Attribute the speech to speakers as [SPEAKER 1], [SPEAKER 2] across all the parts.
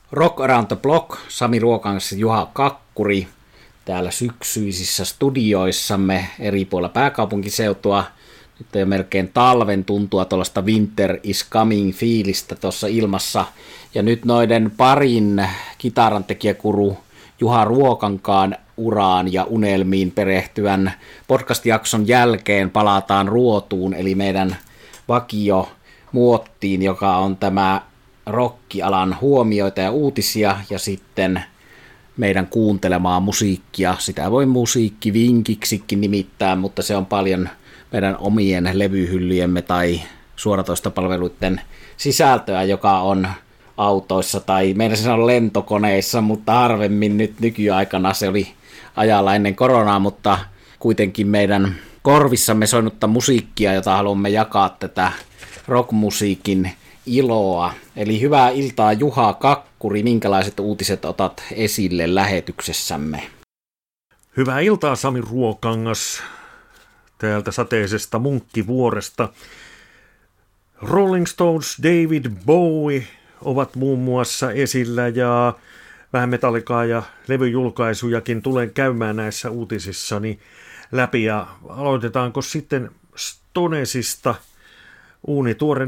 [SPEAKER 1] Rock Around the Block, Sami Ruokangas ja Juha Kakkuri täällä syksyisissä studioissamme eri puolilla pääkaupunkiseutua. Nyt on jo melkein talven tuntua tuollaista winter is coming fiilistä tuossa ilmassa. Ja nyt noiden parin kitarantekijäkuru Juha Ruokankaan uraan ja unelmiin perehtyvän podcast-jakson jälkeen palataan ruotuun, eli meidän vakiomuottiin, joka on tämä rockialan huomioita ja uutisia ja sitten meidän kuuntelemaa musiikkia. Sitä voi musiikkivinkiksikin nimittää, mutta se on paljon meidän omien levyhyllyjemme tai suoratoistopalveluiden sisältöä, joka on autoissa tai meidän se on lentokoneissa, mutta harvemmin nyt nykyaikana se oli ajalla ennen koronaa, mutta kuitenkin meidän korvissamme soinutta musiikkia, jota haluamme jakaa tätä rockmusiikin iloa. Eli hyvää iltaa Juha Kakkuri, minkälaiset uutiset otat esille lähetyksessämme?
[SPEAKER 2] Hyvää iltaa Sami Ruokangas täältä sateisesta Munkkivuoresta. Rolling Stones, David Bowie ovat muun muassa esillä ja vähän Metallicaa ja levyjulkaisujakin tulen käymään näissä uutisissani läpi. Ja aloitetaanko sitten Stonesista? Tuore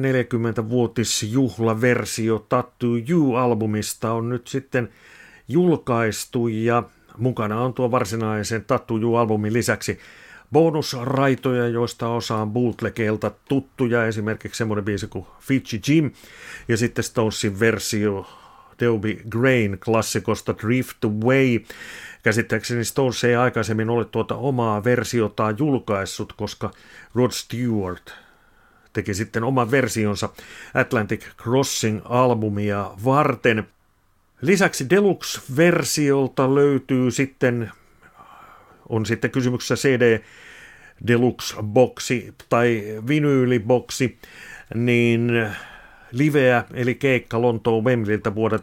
[SPEAKER 2] 40-vuotisjuhlaversio Tattoo You-albumista on nyt sitten julkaistu ja mukana on tuo varsinaisen Tattoo You-albumin lisäksi bonusraitoja, joista osa on bootlegeilta tuttuja, esimerkiksi semmoinen biisi kuin Fiji Jim ja sitten Stonesin versio Dobie Grain klassikosta Drift Away. Käsittääkseni Stones ei aikaisemmin ole tuota omaa versiotaan julkaissut, koska Rod Stewart teki sitten oman versionsa Atlantic Crossing-albumia varten. Lisäksi Deluxe-versiolta löytyy sitten, on sitten kysymyksessä CD Deluxe-boksi tai vinyyliboksi, niin liveä eli keikka Lontoon Wembleyltä vuodelta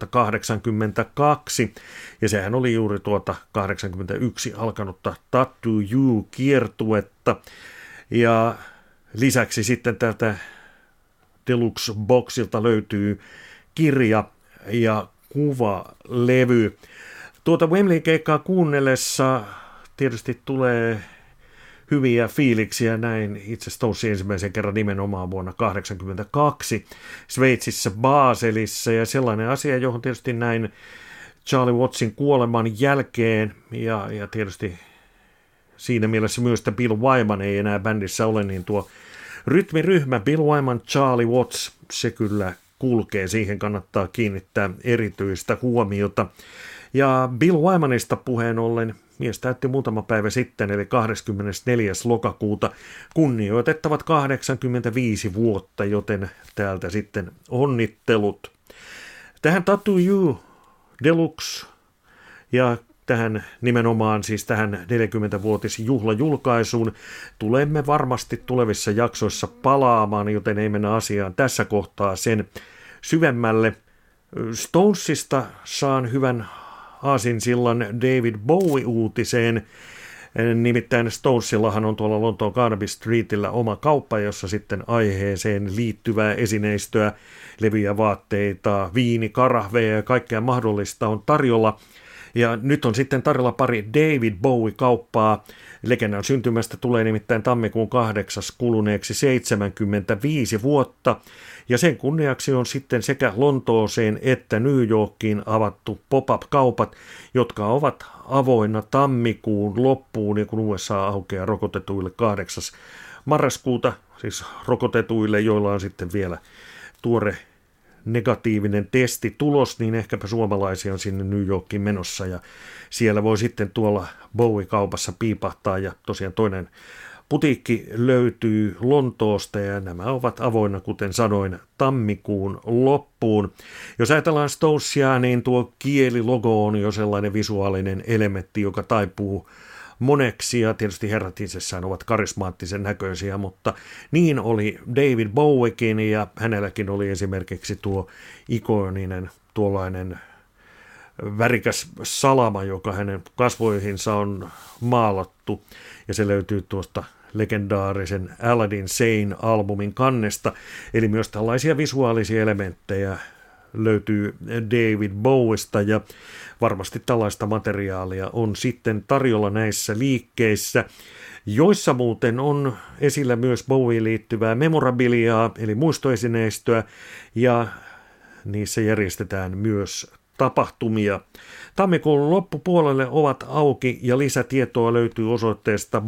[SPEAKER 2] 1982, ja sehän oli juuri tuota 1981 alkanutta Tattoo You-kiertuetta, ja lisäksi sitten tältä Deluxe-boksilta löytyy kirja ja kuvalevy. Tuota Wembley-keikkaa kuunnellessa tietysti tulee hyviä fiiliksiä, näin itse Stonesin ensimmäisen kerran nimenomaan vuonna 1982 Sveitsissä Baselissa, ja sellainen asia, johon tietysti näin Charlie Wattsin kuoleman jälkeen, ja tietysti siinä mielessä myös, että Bill Wyman ei enää bändissä ole, niin tuo rytmiryhmä Bill Wyman, Charlie Watts, se kyllä kulkee, siihen kannattaa kiinnittää erityistä huomiota. Ja Bill Wymanista puheen ollen mies täytti muutama päivä sitten, eli 24. lokakuuta, kunnioitettavat 85 vuotta, joten täältä sitten onnittelut. Tähän Tattoo You Deluxe ja tähän nimenomaan siis tähän 40-vuotisjuhlajulkaisuun tulemme varmasti tulevissa jaksoissa palaamaan, joten ei mennä asiaan tässä kohtaa sen syvemmälle. Stonesista saan hyvän aasinsillan David Bowie-uutiseen. Nimittäin Stonesillahan on tuolla Lontoon Carnaby Streetillä oma kauppa, jossa sitten aiheeseen liittyvää esineistöä, levyjä, vaatteita, viini, karahveja ja kaikkea mahdollista on tarjolla. Ja nyt on sitten tarjolla pari David Bowie-kauppaa. Legendan syntymästä tulee nimittäin tammikuun 8. kuluneeksi 75 vuotta. Ja sen kunniaksi on sitten sekä Lontooseen että New Yorkiin avattu pop-up-kaupat, jotka ovat avoinna tammikuun loppuun, ja kun USA aukeaa rokotetuille 8. marraskuuta, siis rokotetuille, joilla on sitten vielä tuore negatiivinen testitulos, niin ehkäpä suomalaisia on sinne New Yorkiin menossa, ja siellä voi sitten tuolla Bowie-kaupassa piipahtaa, ja tosiaan toinen putiikki löytyy Lontoosta, ja nämä ovat avoinna, kuten sanoin, tammikuun loppuun. Jos ajatellaan Stonesia, niin tuo kielilogo on jo sellainen visuaalinen elementti, joka taipuu moneksi, ja tietysti herrat itsessään ovat karismaattisen näköisiä, mutta niin oli David Bowiekin, ja hänelläkin oli esimerkiksi tuo ikoninen tuollainen värikäs salama, joka hänen kasvoihinsa on maalattu, ja se löytyy tuosta legendaarisen Aladdin Sane-albumin kannesta, eli myös tällaisia visuaalisia elementtejä löytyy David Bowiesta ja varmasti tällaista materiaalia on sitten tarjolla näissä liikkeissä, joissa muuten on esillä myös Bowieen liittyvää memorabiliaa eli muistoesineistöä ja niissä järjestetään myös tapahtumia. Tammikuun loppupuolelle ovat auki ja lisätietoa löytyy osoitteesta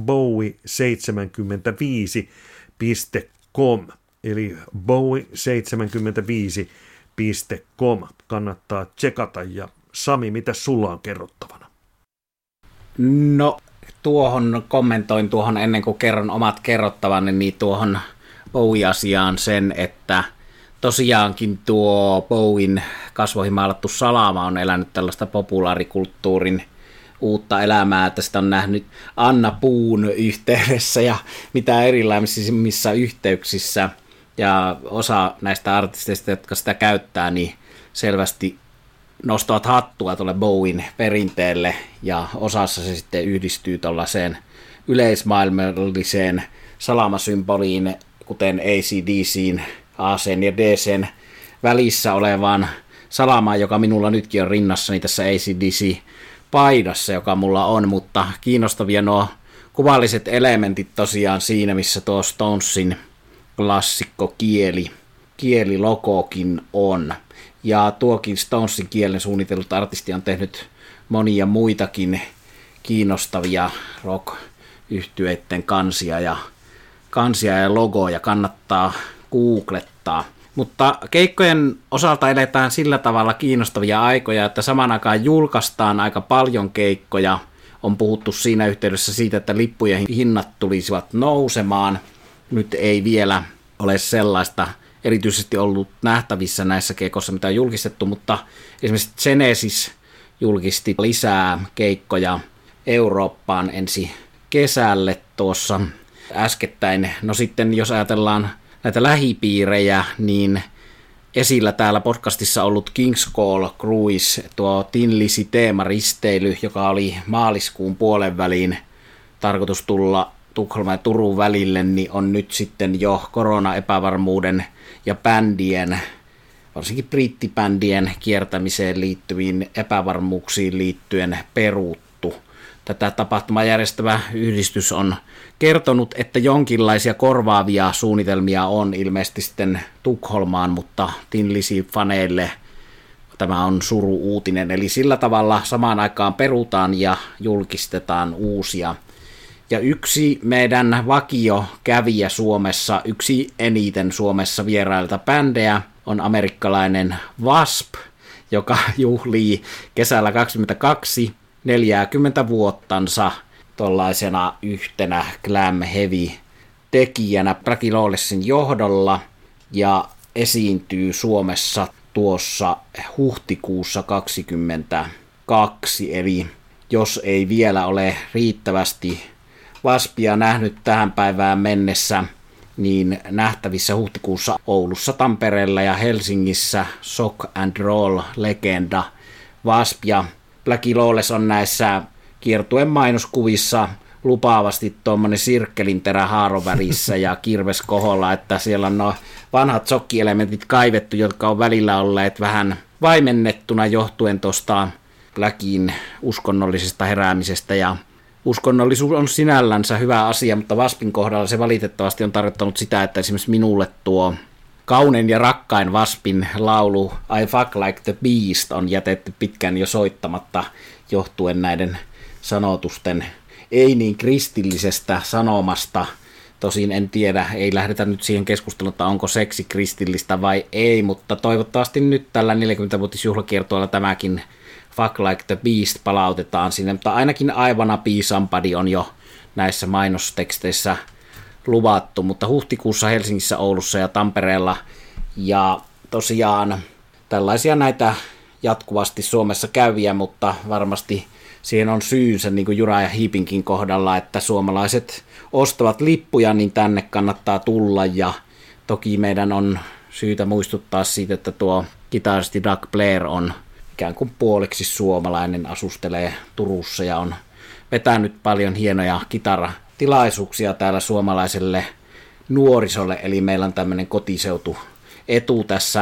[SPEAKER 2] bowie75.com eli bowie75.com. Kannattaa tsekata. Ja Sami, mitä sulla on kerrottavana?
[SPEAKER 1] No kommentoin tuohon ennen kuin kerron omat kerrottavani, niin tuohon Bowie-asiaan sen, että tosiaankin tuo Bowien kasvoihin maalattu salama on elänyt tällaista populaarikulttuurin uutta elämää, että sitä on nähnyt Anna Puun yhteydessä ja mitä erilaisissa yhteyksissä. Ja osa näistä artisteista, jotka sitä käyttää, niin selvästi nostavat hattua tuolle Bowien perinteelle ja osassa se sitten yhdistyy tuollaiseen yleismaailmalliseen salamasymboliin, kuten AC/DC:n, AC:n ja DC:n välissä olevaan salamaan, joka minulla nytkin on rinnassani tässä AC/DC-paidassa, joka mulla on, mutta kiinnostavia nuo kuvalliset elementit tosiaan siinä, missä tuo Stonesin klassikko kielilogokin on. Ja tuokin Stonesin kielen suunnitellut artisti on tehnyt monia muitakin kiinnostavia rock-yhtyeiden kansia ja logoja, kannattaa googlettaa. Mutta keikkojen osalta eletään sillä tavalla kiinnostavia aikoja, että saman aikaan julkaistaan aika paljon keikkoja. On puhuttu siinä yhteydessä siitä, että lippujen hinnat tulisivat nousemaan. Nyt ei vielä ole sellaista erityisesti ollut nähtävissä näissä keikoissa, mitä on julkistettu, mutta esimerkiksi Genesis julkisti lisää keikkoja Eurooppaan ensi kesälle tuossa äskettäin. No sitten jos ajatellaan näitä lähipiirejä, niin esillä täällä podcastissa ollut King's Call Cruise, tuo Tin Lizzy teemaristeily, joka oli maaliskuun puolen väliin tarkoitus tulla Tukholman ja Turun välille, niin on nyt sitten jo koronaepävarmuuden ja bändien, varsinkin brittibändien kiertämiseen liittyviin epävarmuuksiin liittyen peruttu. Tätä tapahtumaa järjestävä yhdistys on kertonut, että jonkinlaisia korvaavia suunnitelmia on ilmeisesti Tukholmaan, mutta Tin Lizzy-faneille tämä on suru-uutinen. Eli sillä tavalla samaan aikaan perutaan ja julkistetaan uusia. Ja yksi meidän vakiokävijä Suomessa, yksi eniten Suomessa vierailta bändejä on amerikkalainen Wasp, joka juhlii kesällä 2022 40 vuottansa tuollaisena yhtenä glam heavy tekijänä Bragi Lawlessin johdolla ja esiintyy Suomessa tuossa huhtikuussa 2022, eli jos ei vielä ole riittävästi Waspia nähnyt tähän päivään mennessä, niin nähtävissä huhtikuussa Oulussa, Tampereella ja Helsingissä Shock and Roll -legenda Wasp ja Bragi Lawless on näissä kiertueen mainoskuvissa lupaavasti tuommoinen sirkkelinterä haarovärissä ja kirves koholla, että siellä on nuo vanhat sokkielementit kaivettu, jotka on välillä olleet vähän vaimennettuna johtuen tuosta Blackin uskonnollisesta heräämisestä ja uskonnollisuus on sinällänsä hyvä asia, mutta Waspin kohdalla se valitettavasti on tarkoittanut sitä, että esimerkiksi minulle tuo kaunein ja rakkain Waspin laulu I Fuck Like the Beast on jätetty pitkään jo soittamatta johtuen näiden sanotusten ei niin kristillisestä sanomasta. Tosin en tiedä, ei lähdetä nyt siihen keskusteluun, että onko seksi kristillistä vai ei, mutta toivottavasti nyt tällä 40-vuotisjuhlakiertueella tämäkin Fuck Like the Beast palautetaan sinne, mutta ainakin I Wanna Be Somebody on jo näissä mainosteksteissä luvattu, mutta huhtikuussa Helsingissä, Oulussa ja Tampereella, ja tosiaan tällaisia näitä jatkuvasti Suomessa käviä, mutta varmasti siihen on syynsä, niin kuin Jura ja Hiipinkin kohdalla, että suomalaiset ostavat lippuja, niin tänne kannattaa tulla, ja toki meidän on syytä muistuttaa siitä, että tuo kitaristi Doug Blair on ikään kuin puoliksi suomalainen, asustelee Turussa ja on vetänyt paljon hienoja kitaratilaisuuksia täällä suomalaiselle nuorisolle, eli meillä on tämmöinen kotiseutu etu tässä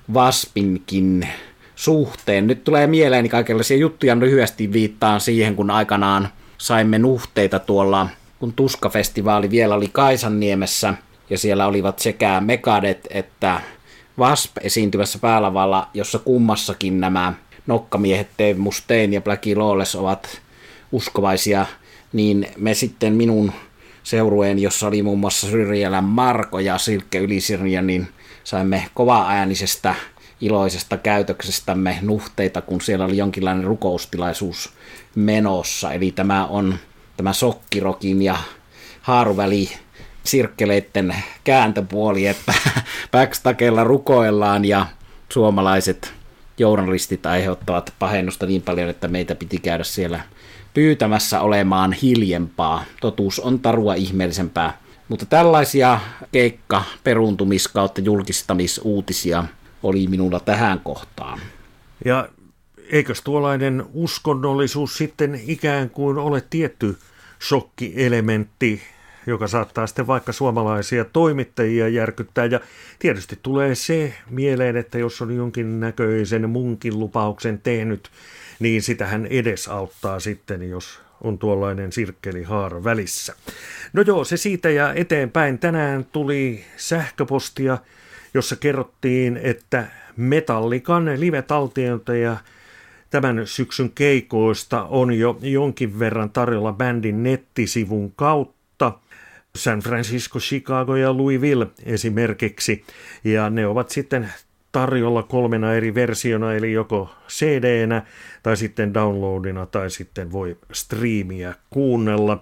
[SPEAKER 1] Waspinkin suhteen. Nyt tulee mieleeni kaikenlaisia juttuja, lyhyesti viittaan siihen, kun aikanaan saimme nuhteita tuolla, kun Tuska-festivaali vielä oli Kaisanniemessä, ja siellä olivat sekä Megadeth että Wasp esiintyvässä päälavalla, jossa kummassakin nämä nokkamiehet Dave Mustaine ja Blackie Lawless ovat uskovaisia, niin me sitten minun seurueen, jossa oli muun muassa Syrjälän Marko ja Silkke Ylisirja, niin saimme kova-äänisestä iloisesta käytöksestämme nuhteita, kun siellä oli jonkinlainen rukoustilaisuus menossa. Eli tämä on tämä sokkirokin ja haaruväli sirkkeleiden kääntöpuoli, että backstakella rukoillaan ja suomalaiset journalistit aiheuttavat pahennusta niin paljon, että meitä piti käydä siellä pyytämässä olemaan hiljempaa. Totuus on tarua ihmeellisempää. Mutta tällaisia keikka-peruuntumis- kautta julkistamisuutisia oli minulla tähän kohtaan.
[SPEAKER 2] Ja eikös tuollainen uskonnollisuus sitten ikään kuin ole tietty shokkielementti, joka saattaa sitten vaikka suomalaisia toimittajia järkyttää. Ja tietysti tulee se mieleen, että jos on jonkin näköisen munkin lupauksen tehnyt, niin sitähän edesauttaa sitten, jos on tuollainen sirkkelihaara välissä. No joo, se siitä ja eteenpäin. Tänään tuli sähköpostia, jossa kerrottiin, että Metallican live-taltiointeja tämän syksyn keikoista on jo jonkin verran tarjolla bändin nettisivun kautta. San Francisco, Chicago ja Louisville esimerkiksi. Ja ne ovat sitten tarjolla 3 eri versiona, eli joko CD-nä tai sitten downloadina tai sitten voi striimiä kuunnella.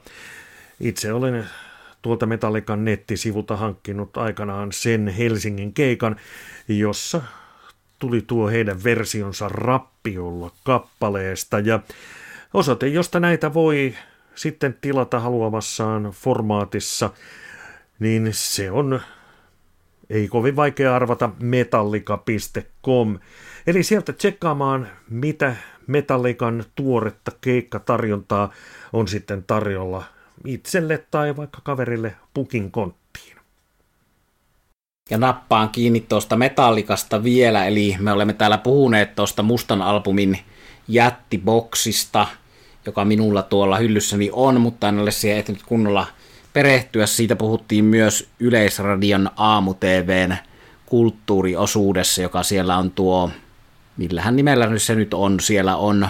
[SPEAKER 2] Itse olen tuolta Metallican nettisivulta hankkinut aikanaan sen Helsingin keikan, jossa tuli tuo heidän versionsa Rappiolla kappaleesta. Ja osoite, josta näitä voi sitten tilata haluamassaan formaatissa, niin se on, ei kovin vaikea arvata, metallica.com. Eli sieltä tsekkaamaan, mitä Metallican tuoretta keikkatarjontaa on sitten tarjolla itselle tai vaikka kaverille pukin konttiin.
[SPEAKER 1] Ja nappaan kiinni tuosta Metallicasta vielä, eli me olemme täällä puhuneet tuosta mustan albumin jättiboksista, joka minulla tuolla hyllyssäni on, mutta en ole siihen ehtinyt kunnolla perehtyä. Siitä puhuttiin myös Yleisradion aamu-tv:n kulttuuriosuudessa, joka siellä on tuo, millähän nimellä nyt se nyt on, siellä on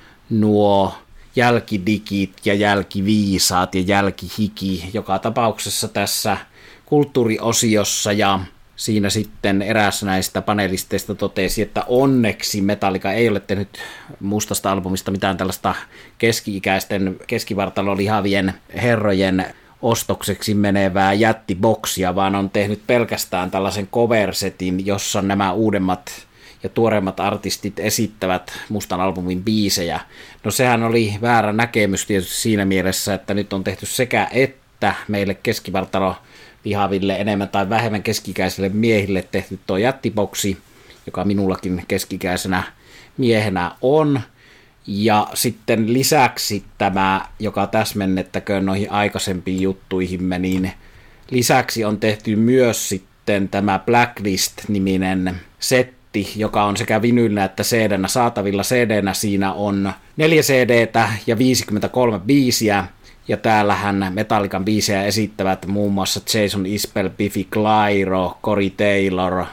[SPEAKER 1] nuo jälkidigit ja jälkiviisaat ja jälkihiki joka tapauksessa tässä kulttuuriosiossa, ja siinä sitten eräs näistä panelisteista totesi, että onneksi Metallica ei ole tehnyt mustasta albumista mitään tällaista keski-ikäisten keskivartalolihavien herrojen ostokseksi menevää jättiboksia, vaan on tehnyt pelkästään tällaisen coversetin, jossa nämä uudemmat ja tuoreimmat artistit esittävät mustan albumin biisejä. No sehän oli väärä näkemys tietysti siinä mielessä, että nyt on tehty sekä että meille keskivartalolihaville enemmän tai vähemmän keskikäisille miehille tehty tuo jättiboksi, joka minullakin keskikäisenä miehenä on. Ja sitten lisäksi tämä, joka täsmennettäköön noihin aikaisempiin juttuihimme, niin lisäksi on tehty myös sitten tämä Blacklist-niminen setti, joka on sekä vinylnä että CD-nä saatavilla. CD-nä siinä on 4 CD-tä ja 53 biisiä, ja täällähän Metallican biisejä esittävät muun muassa Jason Isbell, Biffy Clyro, Corey Taylor,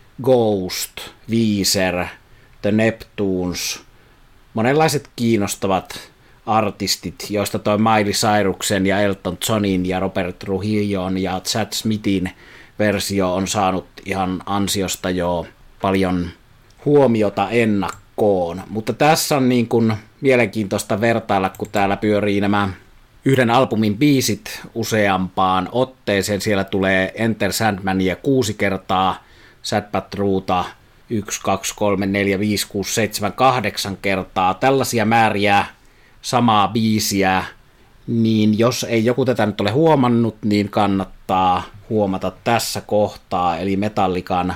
[SPEAKER 1] Ghost, Weezer, The Neptunes, monenlaiset kiinnostavat artistit, joista toi Miley Cyruksen ja Elton Johnin ja Robert Trujillon ja Chad Smithin versio on saanut ihan ansiosta jo paljon huomiota ennakkoon. Mutta tässä on niin kuin mielenkiintoista vertailla, kun täällä pyörii nämä yhden albumin biisit useampaan otteeseen. Siellä tulee Enter Sandmania 6 kertaa, Sad But Trueta 1, 2, 3, 4, 5, 6, 7, 8 kertaa. Tällaisia määriä samaa biisiä, niin jos ei joku tätä nyt ole huomannut, niin kannattaa huomata tässä kohtaa, eli Metallican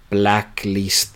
[SPEAKER 1] Blacklist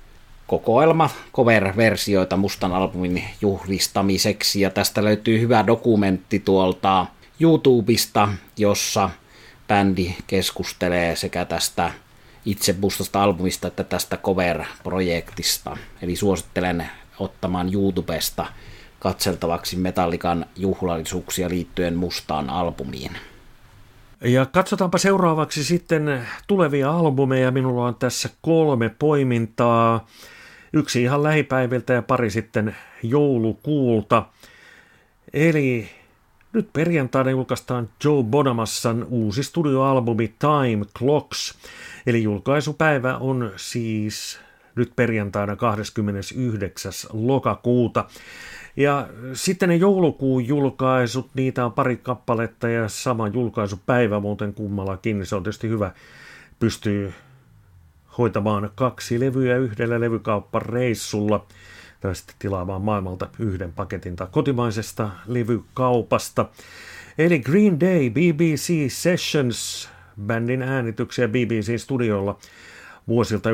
[SPEAKER 1] kokoelma cover-versioita mustan albumin juhlistamiseksi, ja tästä löytyy hyvä dokumentti tuolta YouTubesta, jossa bändi keskustelee sekä tästä itse mustasta albumista että tästä cover-projektista. Eli suosittelen ottamaan YouTubesta katseltavaksi Metallican juhlallisuuksia liittyen mustaan albumiin.
[SPEAKER 2] Ja katsotaanpa seuraavaksi sitten tulevia albumeja. Minulla on tässä 3 poimintaa. Yksi ihan lähipäiviltä ja pari sitten joulukuulta. Eli nyt perjantaina julkaistaan Joe Bonamassan uusi studioalbumi Time Clocks. Eli julkaisupäivä on siis nyt perjantaina 29. lokakuuta. Ja sitten ne joulukuun julkaisut, niitä on pari kappaletta ja sama julkaisupäivä muuten kummallakin. Se on tietysti hyvä, pystyy hoitamaan 2 levyä yhdellä levykauppareissulla tai sitten tilaamaan maailmalta yhden paketin tai kotimaisesta levykaupasta. Eli Green Day BBC Sessions, bändin äänityksiä BBC-studiolla vuosilta 1994-2001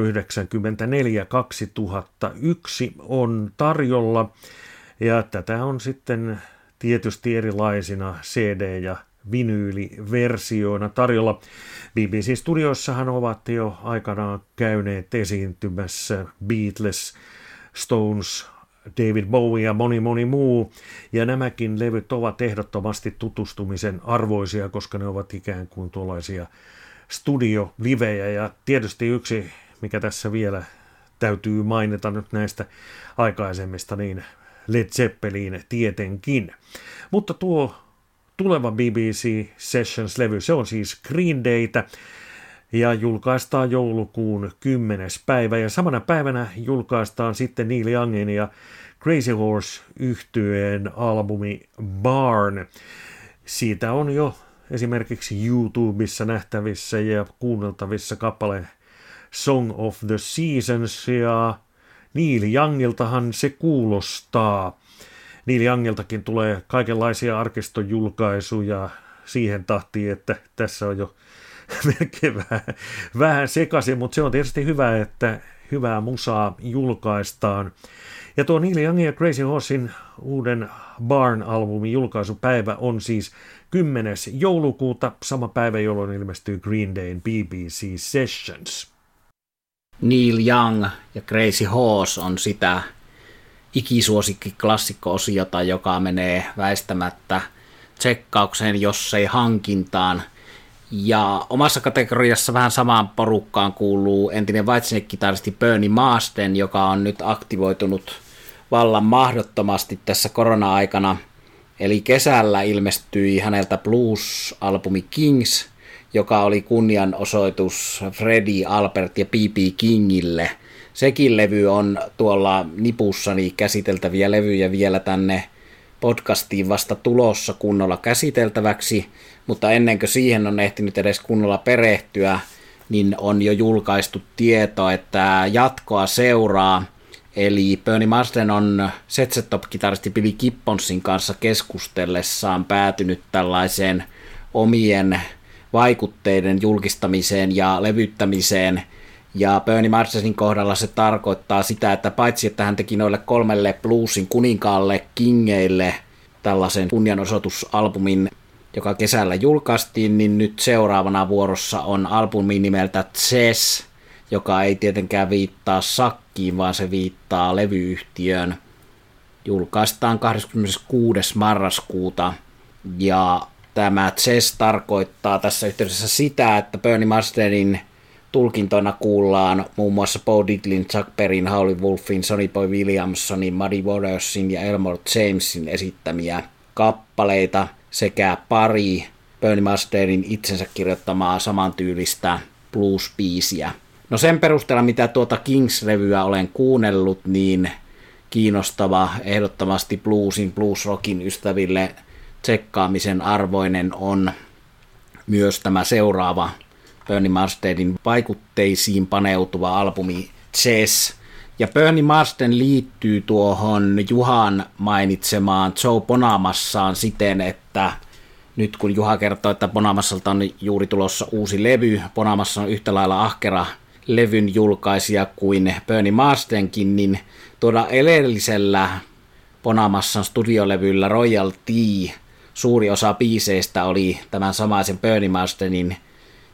[SPEAKER 2] on tarjolla. Ja tätä on sitten tietysti erilaisina CD- ja vinyyliversioina tarjolla. BBC-studiossahan ovat jo aikanaan käyneet esiintymässä Beatles, Stones, David Bowie ja moni muu. Ja nämäkin levyt ovat ehdottomasti tutustumisen arvoisia, koska ne ovat ikään kuin tuollaisia studiolivejä. Ja tietysti yksi, mikä tässä vielä täytyy mainita nyt näistä aikaisemmista, niin Led Zeppelin tietenkin. Mutta tuo tuleva BBC Sessions-levy, se on siis Green Daytä ja julkaistaan joulukuun 10. päivä. Ja samana päivänä julkaistaan sitten Neil Youngin ja Crazy Horse-yhtyeen albumi Barn. Siitä on jo esimerkiksi YouTubessa nähtävissä ja kuunneltavissa kappale Song of the Seasons ja Neil Youngiltahan se kuulostaa. Neil Youngiltakin tulee kaikenlaisia arkistojulkaisuja siihen tahtiin, että tässä on jo melkein vähän sekaisin, mutta se on tietysti hyvä, että hyvää musaa julkaistaan. Ja tuo Neil Youngin ja Crazy Horsein uuden Barn-albumin julkaisupäivä on siis 10. joulukuuta, sama päivä, jolloin ilmestyy Green Dayn BBC Sessions.
[SPEAKER 1] Neil Young ja Crazy Horse on sitä ikisuosikki klassikko-osiota, joka menee väistämättä tsekkaukseen, jos ei hankintaan. Ja omassa kategoriassa vähän samaan porukkaan kuuluu entinen Whitesnake-kitaristi Bernie Marsden, joka on nyt aktivoitunut vallan mahdottomasti tässä korona-aikana. Eli kesällä ilmestyi häneltä blues-albumi Kings, joka oli kunnianosoitus Freddie, Albert ja B.B. Kingille. Sekin levy on tuolla nipussani käsiteltäviä levyjä vielä tänne podcastiin vasta tulossa kunnolla käsiteltäväksi, mutta ennen kuin siihen on ehtinyt edes kunnolla perehtyä, niin on jo julkaistu tieto, että jatkoa seuraa. Eli Bernie Marsden on ZZ Top-kitaristi Billy Gibbonsin kanssa keskustellessaan päätynyt tällaiseen omien vaikutteiden julkistamiseen ja levyttämiseen. Ja Bernie Marsdenin kohdalla se tarkoittaa sitä, että paitsi että hän teki noille 3 bluesin kuninkaalle Kingeille tällaisen kunnianosoitusalbumin, joka kesällä julkaistiin, niin nyt seuraavana vuorossa on albumi nimeltä Chess, joka ei tietenkään viittaa sakkiin, vaan se viittaa levyyhtiöön. Julkaistaan 26. marraskuuta ja tämä Chess tarkoittaa tässä yhteydessä sitä, että Bernie Marsdenin tulkintoina kuullaan muun muassa Bo Diddleyn, Chuck Berryn, Howlin' Wolfin, Sonny Boy Williamsonin, Muddy Watersin ja Elmore Jamesin esittämiä kappaleita sekä pari Bernie Marsdenin itsensä kirjoittamaa samantyylistä blues-biisiä. No sen perusteella, mitä tuota Kings-levyä olen kuunnellut, niin kiinnostava, ehdottomasti blues-rockin ystäville tsekkaamisen arvoinen on myös tämä seuraava Bernie Marsdenin vaikutteisiin paneutuva albumi Chess. Ja Bernie Marsden liittyy tuohon Juhan mainitsemaan Joe Bonamassaan siten, että nyt kun Juha kertoo, että Bonamassalta on juuri tulossa uusi levy, Bonamassa on yhtä lailla ahkera levyn julkaisija kuin Bernie Marsdenkin, niin tuoda edellisellä Bonamassan studiolevyllä Royal Tea suuri osa biiseistä oli tämän samaisen Bernie Marsdenin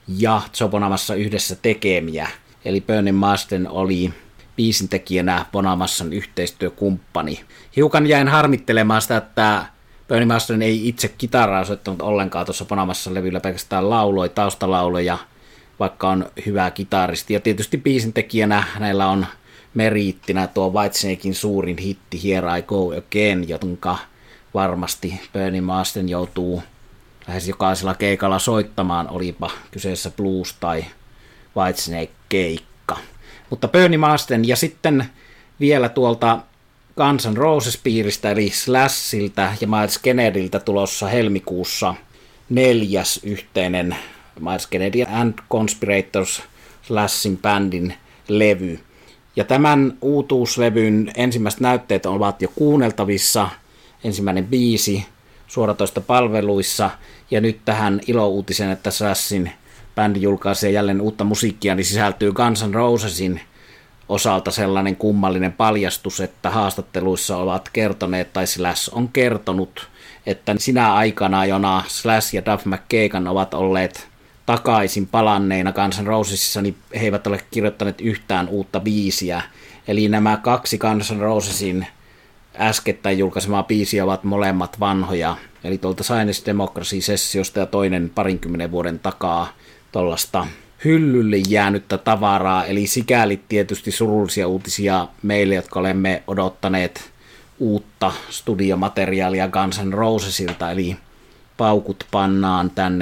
[SPEAKER 1] ja Joe Bonamassan yhdessä tekemiä. Eli Bernie Marsden oli biisintekijänä Bonamassan yhteistyökumppani. Hiukan jäin harmittelemaan sitä, että Bernie Marsden ei itse kitaraa soittanut ollenkaan tuossa Bonamassan levyllä, pelkästään lauloi, taustalauloja, vaikka on hyvä kitaristi. Ja tietysti biisintekijänä hänellä on meriittinä tuo Whitesnakein suurin hitti Here I Go Again, jonka varmasti Bernie Marsden joutuu lähes jokaisella keikalla soittamaan, olipa kyseessä blues tai Whitesnake-keikka. Mutta Bernie Marsden ja sitten vielä tuolta Guns N' Roses-piiristä eli Slashilta ja Myles Kennedyltä tulossa helmikuussa 4. yhteinen Myles Kennedy and Conspirators Slashin bändin levy. Ja tämän uutuuslevyn ensimmäiset näytteet ovat jo kuunneltavissa, ensimmäinen biisi suoratoista palveluissa, ja nyt tähän ilouutisen, että Slashin bändi julkaisee jälleen uutta musiikkia, niin sisältyy Guns N' Rosesin osalta sellainen kummallinen paljastus, että haastatteluissa ovat kertoneet, tai Slash on kertonut, että sinä aikana, jona Slash ja Duff McKagan ovat olleet takaisin palanneina Guns N' Rosesissa, niin he eivät ole kirjoittaneet yhtään uutta biisiä. Eli nämä 2 Guns N' Rosesin äskettäin julkaisemaa biisiä ovat molemmat vanhoja. Eli tuolta Science Democracy-sessiosta ja toinen 20 vuoden takaa tuollaista hyllylle jäänyttä tavaraa. Eli sikäli tietysti surullisia uutisia meille, jotka olemme odottaneet uutta studiomateriaalia Guns N' Rosesilta, eli paukut pannaan tänne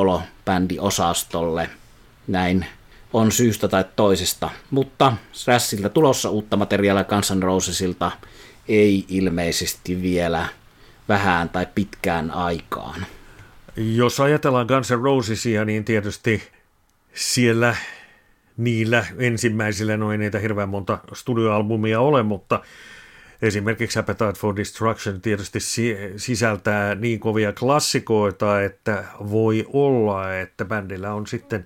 [SPEAKER 1] soolo-bändiosastolle. Näin on syystä tai toisesta. Mutta Slashilta tulossa uutta materiaalia Guns N' Rosesilta ei ilmeisesti vielä vähään tai pitkään aikaan.
[SPEAKER 2] Jos ajatellaan Guns N' Rosesia, niin tietysti siellä niillä ensimmäisillä ei niitä hirveän monta studioalbumia ole, mutta esimerkiksi Appetite for Destruction tietysti sisältää niin kovia klassikoita, että voi olla, että bändillä on sitten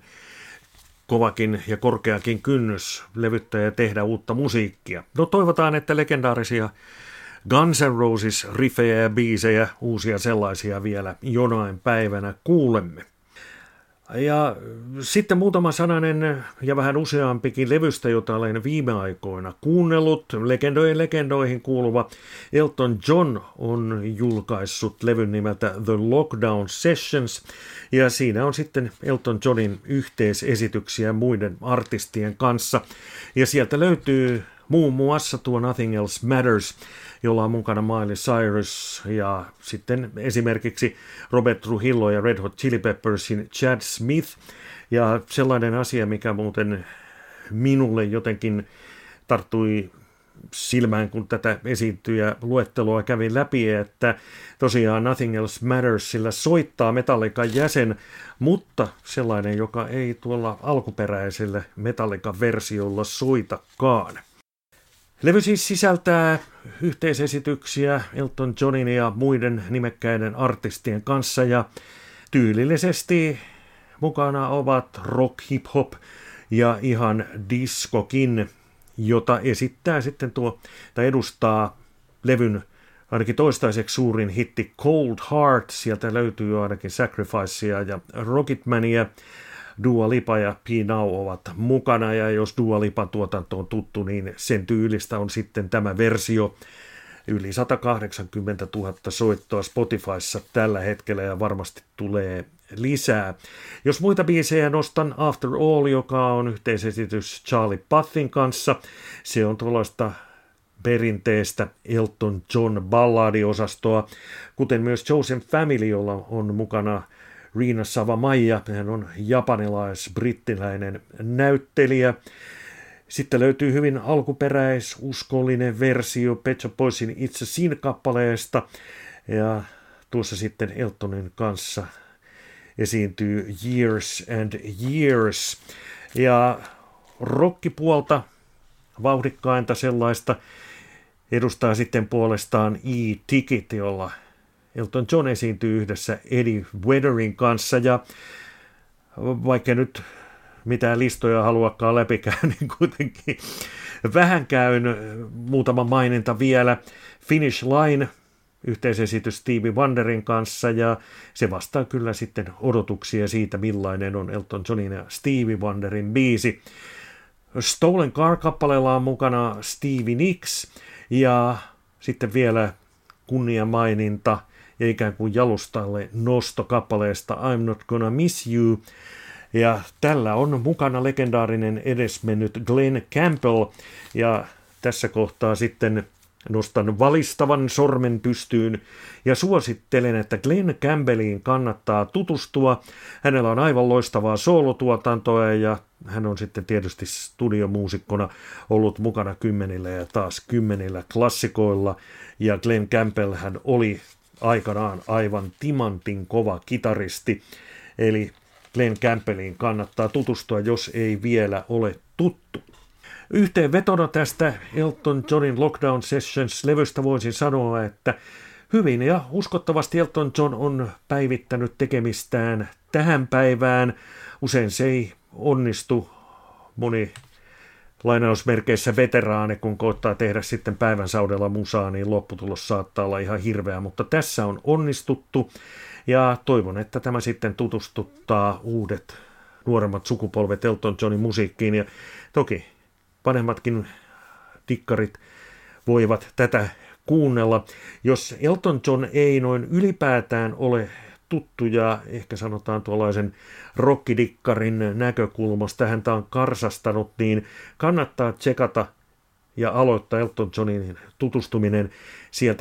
[SPEAKER 2] kovakin ja korkeakin kynnys levyttää ja tehdä uutta musiikkia. No toivotaan, että legendaarisia Guns N' Roses riffejä ja biisejä, uusia sellaisia vielä jonain päivänä kuulemme. Ja sitten muutama sananen ja vähän useampikin levystä, jota olen viime aikoina kuunnellut. Legendoihin kuuluva Elton John on julkaissut levyn nimeltä The Lockdown Sessions, ja siinä on sitten Elton Johnin yhteisesityksiä muiden artistien kanssa. Ja sieltä löytyy muun muassa tuo Nothing Else Matters, jolla on mukana Miley Cyrus ja sitten esimerkiksi Robert Trujillo ja Red Hot Chili Peppersin Chad Smith. Ja sellainen asia, mikä muuten minulle jotenkin tarttui silmään, kun tätä esiintyjä luettelua kävin läpi, että tosiaan Nothing Else Matters, sillä soittaa Metallican jäsen, mutta sellainen, joka ei tuolla alkuperäisellä Metallican versiolla soitakaan. Levy siis sisältää yhteisesityksiä Elton Johnin ja muiden nimekkäiden artistien kanssa, ja tyylillisesti mukana ovat rock, hip-hop ja ihan diskokin, jota esittää sitten tai edustaa levyn ainakin toistaiseksi suurin hitti Cold Heart. Sieltä löytyy ainakin Sacrificea ja Rocketmania. Dua Lipa ja P. Now ovat mukana, ja jos Dua Lipan tuotanto on tuttu, niin sen tyylistä on sitten tämä versio. Yli 180 000 soittoa Spotifyssa tällä hetkellä, ja varmasti tulee lisää. Jos muita biisejä nostan After All, joka on yhteisesitys Charlie Puthin kanssa. Se on tuollaista perinteistä Elton John balladiosastoa, kuten myös Chosen Family, jolla on mukana Rina Savamaija. Hän on japanilais-brittiläinen näyttelijä. Sitten löytyy hyvin alkuperäisuskollinen versio Pet Shop Boysin It's a Sin-kappaleesta, ja tuossa sitten Eltonin kanssa esiintyy Years and Years. Ja rockipuolta, vauhdikkainta sellaista, edustaa sitten puolestaan E-Ticket, jolla Elton John esiintyy yhdessä Eddie Vedderin kanssa, ja vaikka nyt mitään listoja haluakaan läpikään, niin kuitenkin vähän käyn muutama maininta vielä. Finish Line yhteisesitys Stevie Wonderin kanssa, ja se vastaa kyllä sitten odotuksia siitä, millainen on Elton Johnin ja Stevie Wonderin biisi. Stolen Car-kappaleella on mukana Stevie Nicks, ja sitten vielä kunniamaininta ja ikään kuin jalustalle nosto kappaleesta I'm Not Gonna Miss You. Ja tällä on mukana legendaarinen edesmennyt Glenn Campbell, ja tässä kohtaa sitten nostan valistavan sormen pystyyn ja suosittelen, että Glenn Campbelliin kannattaa tutustua. Hänellä on aivan loistavaa soolotuotantoa ja hän on sitten tietysti studiomuusikkona ollut mukana kymmenillä ja taas kymmenillä klassikoilla. Ja Glenn Campbell hän oli aikanaan aivan timantin kova kitaristi, eli Glenn Campbelliin kannattaa tutustua, jos ei vielä ole tuttu. Yhteenvetona tästä Elton Johnin Lockdown Sessions-levystä voisin sanoa, että hyvin ja uskottavasti Elton John on päivittänyt tekemistään tähän päivään. Usein se ei onnistu, moni lainausmerkeissä veteraani, kun koittaa tehdä sitten päivän saudella musaa, niin lopputulos saattaa olla ihan hirveä, mutta tässä on onnistuttu ja toivon, että tämä sitten tutustuttaa uudet nuoremmat sukupolvet Elton Johnin musiikkiin ja toki vanhemmatkin dikkarit voivat tätä kuunnella. Jos Elton John ei noin ylipäätään ole tuttu ja ehkä sanotaan tuollaisen rockidikkarin näkökulmasta häntä on karsastanut, niin kannattaa tsekata ja aloittaa Elton Johnin tutustuminen sieltä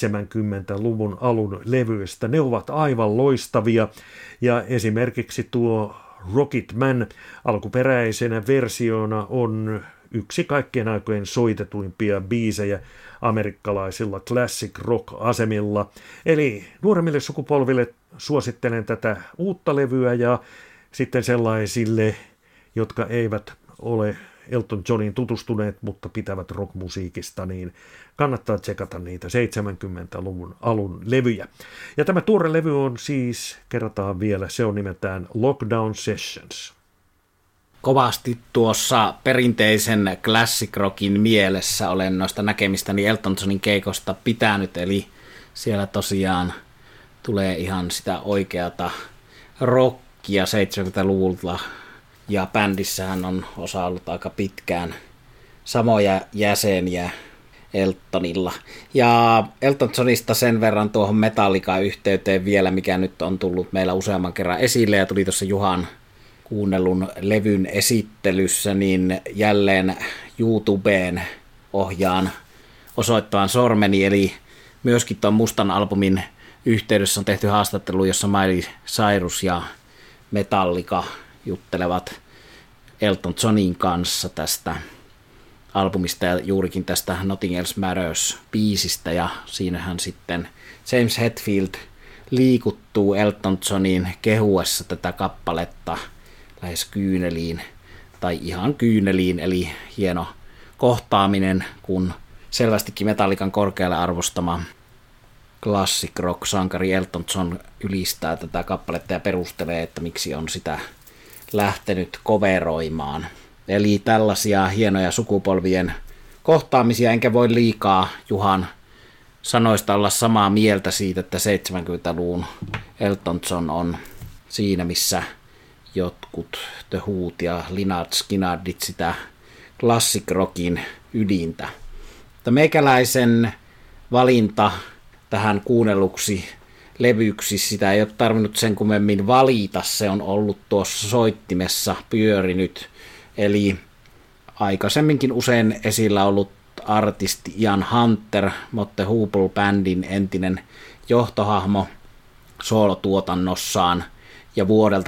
[SPEAKER 2] 70-luvun alun levyistä. Ne ovat aivan loistavia ja esimerkiksi tuo Rocketman alkuperäisenä versiona on yksi kaikkien aikojen soitetuimpia biisejä amerikkalaisilla classic rock-asemilla. Eli nuoremmille sukupolville suosittelen tätä uutta levyä ja sitten sellaisille, jotka eivät ole Elton Johniin tutustuneet, mutta pitävät rockmusiikista, niin kannattaa tsekata niitä 70-luvun alun levyjä. Ja tämä tuore levy on siis, kerrataan vielä, se on nimeltään Lockdown Sessions.
[SPEAKER 1] Kovasti tuossa perinteisen classic rockin mielessä olen noista näkemistäni Elton Johnin keikosta pitänyt, eli siellä tosiaan tulee ihan sitä oikeata rockia 70-luvulta, ja bändissähän on osa ollut aika pitkään samoja jäseniä Eltonilla. Ja Elton Johnista sen verran tuohon Metallica-yhteyteen vielä, mikä nyt on tullut meillä useamman kerran esille ja tuli tuossa Juhan kuunnellun levyn esittelyssä, niin jälleen YouTubeen ohjaan osoittavan sormeni, eli myöskin tuon mustan albumin yhteydessä on tehty haastattelu, jossa Miley Cyrus ja Metallica juttelevat Elton Johnin kanssa tästä albumista ja juurikin tästä Nothing Else Matters-biisistä, ja siinähän sitten James Hetfield liikuttuu Elton Johnin kehuessa tätä kappaletta lähes kyyneliin, tai ihan kyyneliin, eli hieno kohtaaminen, kun selvästikin Metallican korkealle arvostama classic rock-sankari Elton John ylistää tätä kappaletta ja perustelee, että miksi on sitä lähtenyt coveroimaan. Eli tällaisia hienoja sukupolvien kohtaamisia, enkä voi liikaa Juhan sanoista olla samaa mieltä siitä, että 70-luvun Elton John on siinä, missä jotkut The Who't ja Lynyrd Skynyrdit sitä classic rockin ydintä. Mutta meikäläisen valinta tähän kuunnelluksi levyksi, sitä ei ole tarvinnut sen kummemmin valita, se on ollut tuossa soittimessa pyörinyt, eli aikaisemminkin usein esillä ollut artisti Ian Hunter, Motte Hoople Bandin entinen johtohahmo soolotuotannossaan, ja vuodelta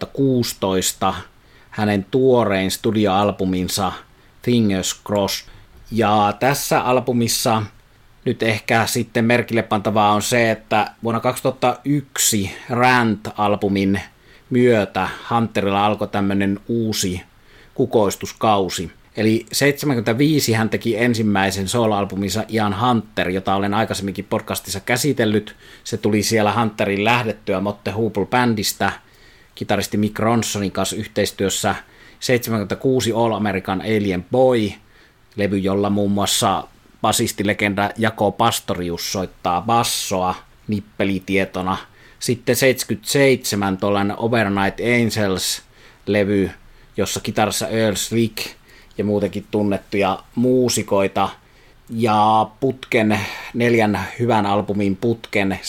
[SPEAKER 1] 2016 hänen tuorein studioalbuminsa Fingers Crossed. Ja tässä albumissa nyt ehkä sitten merkille pantavaa on se, että vuonna 2001 Rant-albumin myötä Hunterilla alkoi tämmöinen uusi kukoistuskausi. Eli 75 hän teki ensimmäisen soloalbuminsa Ian Hunter, jota olen aikaisemminkin podcastissa käsitellyt. Se tuli siellä Hunterin lähdettyä Motte Hoople Bandista kitaristi Mick Ronsonin kanssa yhteistyössä. 76 All American Alien Boy, levy, jolla muun muassa basistilegenda Jako Pastorius soittaa bassoa nippelitietona. Sitten 77 tuollainen Overnight Angels-levy, jossa kitarassa Earl Slick ja muutenkin tunnettuja muusikoita. Ja putken, 4 hyvän albumin putken,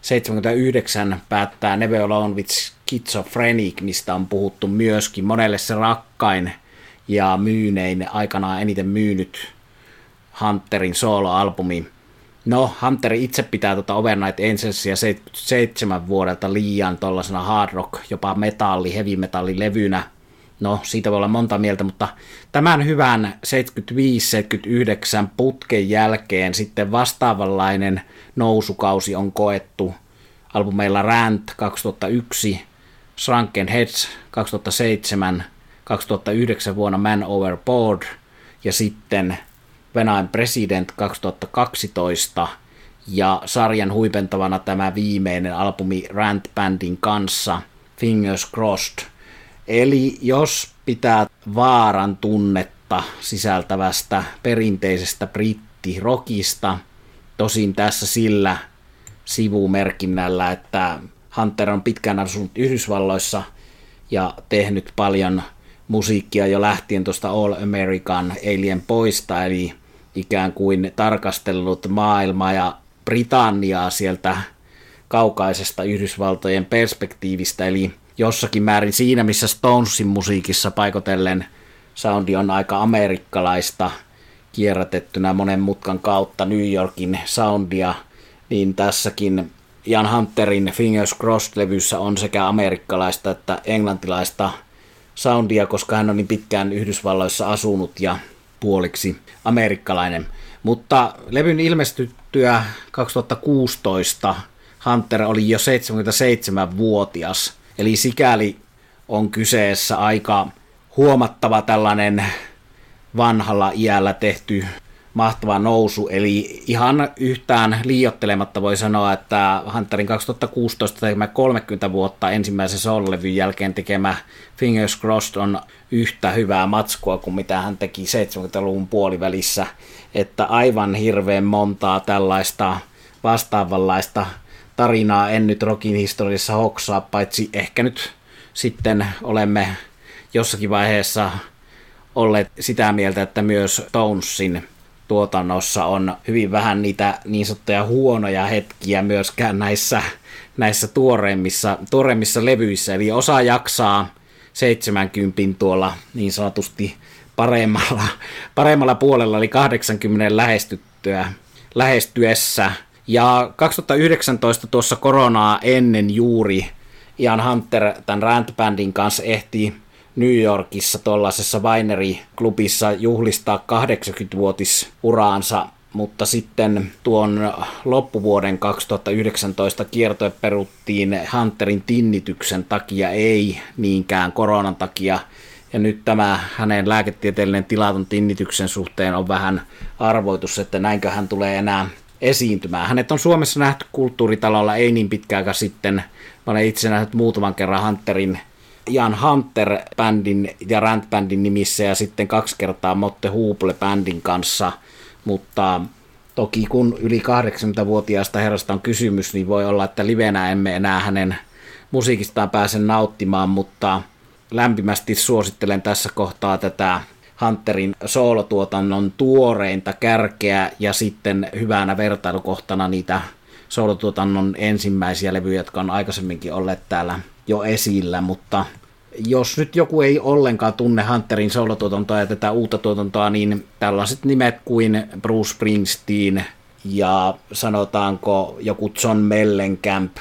[SPEAKER 1] 79 päättää Never Alone with Schizophrenic, mistä on puhuttu myöskin. Monelle se rakkain ja myynein, aikanaan eniten myynyt Hunterin soloalbumi. No, Hunter itse pitää Overnight Angelsia 77 vuodelta liian tollasena hard rock, jopa metalli, heavy metalli levynä. No, siitä voi olla monta mieltä, mutta tämän hyvän 75-79 putken jälkeen sitten vastaavanlainen nousukausi on koettu albumeilla Rant 2001, Shrunken Heads 2007, 2009 vuonna Man Overboard ja sitten When I'm President 2012 ja sarjan huipentavana tämä viimeinen albumi Rant Bandin kanssa Fingers Crossed. Eli jos pitää vaaran tunnetta sisältävästä perinteisestä brittirokista, tosin tässä sillä sivumerkinnällä, että Hunter on pitkään asunut Yhdysvalloissa ja tehnyt paljon musiikkia jo lähtien tuosta All American Alien poista, eli ikään kuin tarkastellut maailmaa ja Britanniaa sieltä kaukaisesta Yhdysvaltojen perspektiivistä, eli jossakin määrin siinä, missä Stonesin musiikissa paikotellen soundi on aika amerikkalaista, kierrätettynä monen mutkan kautta New Yorkin soundia, niin tässäkin Ian Hunterin Fingers Crossed-levyssä on sekä amerikkalaista että englantilaista soundia, koska hän on niin pitkään Yhdysvalloissa asunut ja puoliksi amerikkalainen. Mutta levyn ilmestyttyä 2016 Hunter oli jo 77-vuotias, eli sikäli on kyseessä aika huomattava tällainen vanhalla iällä tehty mahtava nousu, eli ihan yhtään liioittelematta voi sanoa, että Hunterin 2016 tekemä 30 vuotta ensimmäisen soul-levyn jälkeen tekemä Fingers Crossed on yhtä hyvää matskua kuin mitä hän teki 70-luvun puolivälissä, että aivan hirveän montaa tällaista vastaavanlaista tarinaa en nyt rockin historiassa hoksaa, paitsi ehkä nyt sitten olemme jossakin vaiheessa olleet sitä mieltä, että myös Stonesin tuotannossa on hyvin vähän niitä niin sanottuja huonoja hetkiä myöskään näissä tuoreimmissa levyissä. Eli osa jaksaa 70 tuolla niin sanotusti paremmalla puolella, eli 80 lähestyessä. Ja 2019 tuossa koronaa ennen juuri Ian Hunter tämän Rant Bandin kanssa ehti New Yorkissa tuollaisessa Winery-klubissa juhlistaa 80-vuotisuraansa, mutta sitten tuon loppuvuoden 2019 kiertue peruttiin Hunterin tinnityksen takia, ei niinkään koronan takia. Ja nyt tämä hänen lääketieteellinen tilaton tinnityksen suhteen on vähän arvoitus, että näinkö hän tulee enää esiintymään. Hänet on Suomessa nähty Kulttuuritalolla ei niin pitkään sitten. Mä olen itse nähnyt muutaman kerran Hunterin Ian Hunter-bändin ja Rant-bändin nimissä ja sitten 2 kertaa Motte Hoople-bändin kanssa, mutta toki kun yli 80-vuotiaasta herrasta on kysymys, niin voi olla, että livenä emme enää hänen musiikistaan pääse nauttimaan, mutta lämpimästi suosittelen tässä kohtaa tätä Hunterin soolotuotannon tuoreinta kärkeä ja sitten hyvänä vertailukohtana niitä soolotuotannon ensimmäisiä levyjä, jotka on aikaisemminkin olleet täällä jo esillä, mutta jos nyt joku ei ollenkaan tunne Hunterin soolotuotantoa ja tätä uutta tuotantoa, niin tällaiset nimet kuin Bruce Springsteen ja sanotaanko joku John Mellencamp,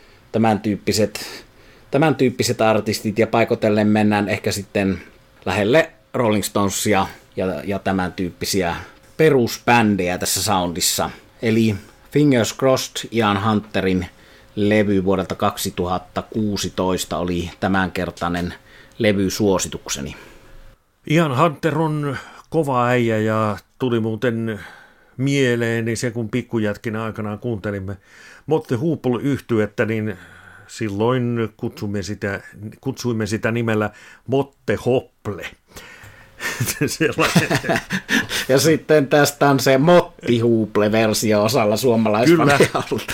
[SPEAKER 1] tämän tyyppiset artistit ja paikotellen mennään ehkä sitten lähelle Rolling Stonesia ja tämän tyyppisiä perusbändejä tässä soundissa. Eli Fingers Crossed Ian Hunterin levy vuodelta 2016 oli tämänkertainen levysuositukseni.
[SPEAKER 2] Ian Hunter on kova äijä ja tuli muuten mieleeni se, kun pikkujätkinä aikanaan kuuntelimme Motte Hoople-yhtyettä, niin silloin kutsuimme sitä nimellä Motte Hopple.
[SPEAKER 1] Ja sitten tästä on se Motte Motti-Hoople-versio osalla suomalaisfaneja ollut.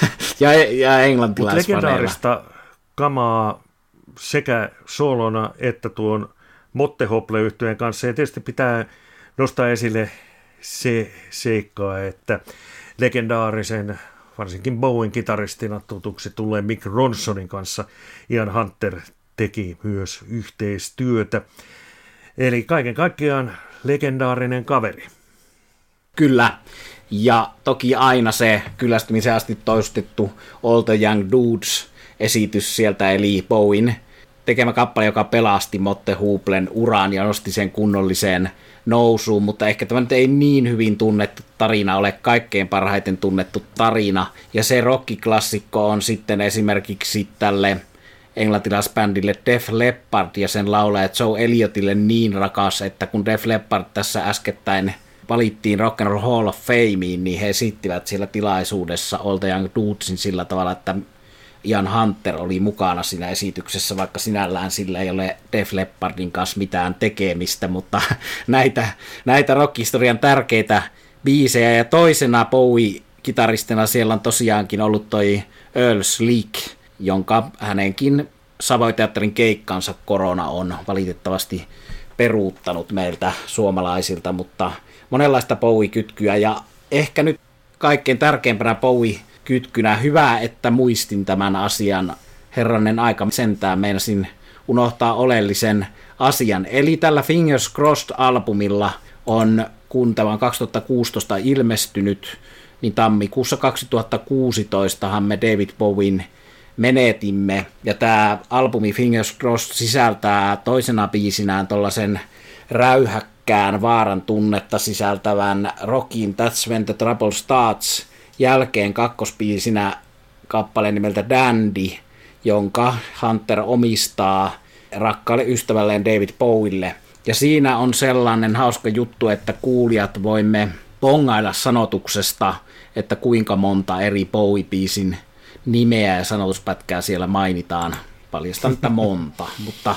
[SPEAKER 1] ja englantilaisfaneilla.
[SPEAKER 2] Legendaarista kamaa sekä soolona että tuon Motte-Hoople-yhtyeen kanssa. Ja tietysti pitää nostaa esille se seikkaa, että legendaarisen, varsinkin Bowen kitaristina tutuksi tulleen Mick Ronsonin kanssa Ian Hunter teki myös yhteistyötä. Eli kaiken kaikkiaan legendaarinen kaveri.
[SPEAKER 1] Kyllä, ja toki aina se kyllästymisen asti toistettu All the Young Dudes-esitys sieltä, eli Bowen tekemä kappale, joka pelasti Motte-Hooplen uran ja nosti sen kunnolliseen nousuun, mutta ehkä tämä nyt ei niin hyvin tunnettu tarina ole kaikkein parhaiten tunnettu tarina, ja se rockiklassikko on sitten esimerkiksi tälle englantilaisbändille Def Leppard ja sen laulaja Joe Elliottille niin rakas, että kun Def Leppard tässä äskettäin valittiin Rock and Roll Hall of Fameen, niin he esittivät siellä tilaisuudessa All the Young Dudesin sillä tavalla, että Ian Hunter oli mukana siinä esityksessä, vaikka sinällään sillä ei ole Def Leppardin kanssa mitään tekemistä, mutta näitä rock-historian tärkeitä biisejä. Ja toisena Bowie-kitaristina siellä on tosiaankin ollut toi Earl Slick, jonka hänenkin Savoy Teatterin keikkansa korona on valitettavasti peruuttanut meiltä suomalaisilta, mutta monenlaista Bowie-kytkyä, ja ehkä nyt kaikkein tärkeimpänä Bowie-kytkynä, hyvä, että muistin tämän asian, herranen aika sentään, meinasin unohtaa oleellisen asian, eli tällä Fingers Crossed-albumilla on, kun tämä on 2016 ilmestynyt, niin tammikuussa 2016han me David Bowien menetimme, ja tämä albumi Fingers Crossed sisältää toisena biisinään tollasen räyhäkkään vaaran tunnetta sisältävän rockin That's When the Trouble Starts jälkeen kakkosbiisinä kappaleen nimeltä Dandy, jonka Hunter omistaa rakkaalle ystävälleen David Bowielle. Ja siinä on sellainen hauska juttu, että kuulijat voimme bongailla sanotuksesta, että kuinka monta eri Bowie-biisin nimeä ja sanotuspätkää siellä mainitaan. Paljastan, että monta, mutta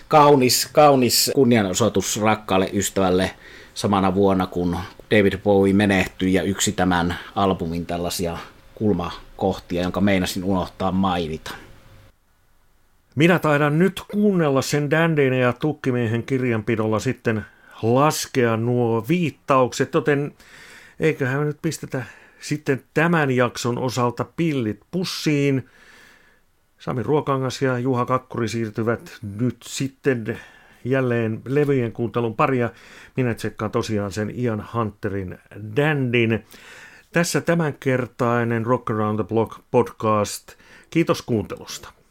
[SPEAKER 1] kaunis kunnianosoitus rakkaalle ystävälle samana vuonna, kun David Bowie menehtyi, ja yksi tämän albumin tällaisia kulmakohtia, jonka meinasin unohtaa mainita.
[SPEAKER 2] Minä taidan nyt kuunnella sen Dandyn ja Tukkimiehen kirjanpidolla sitten laskea nuo viittaukset, joten eiköhän me nyt pistetä sitten tämän jakson osalta pillit pussiin. Sami Ruokangas ja Juha Kakkuri siirtyvät nyt sitten jälleen levyjen kuuntelun paria. Minä tsekkaan tosiaan sen Ian Hunterin Dandyn. Tässä tämänkertainen Rock Around the Block podcast. Kiitos kuuntelusta.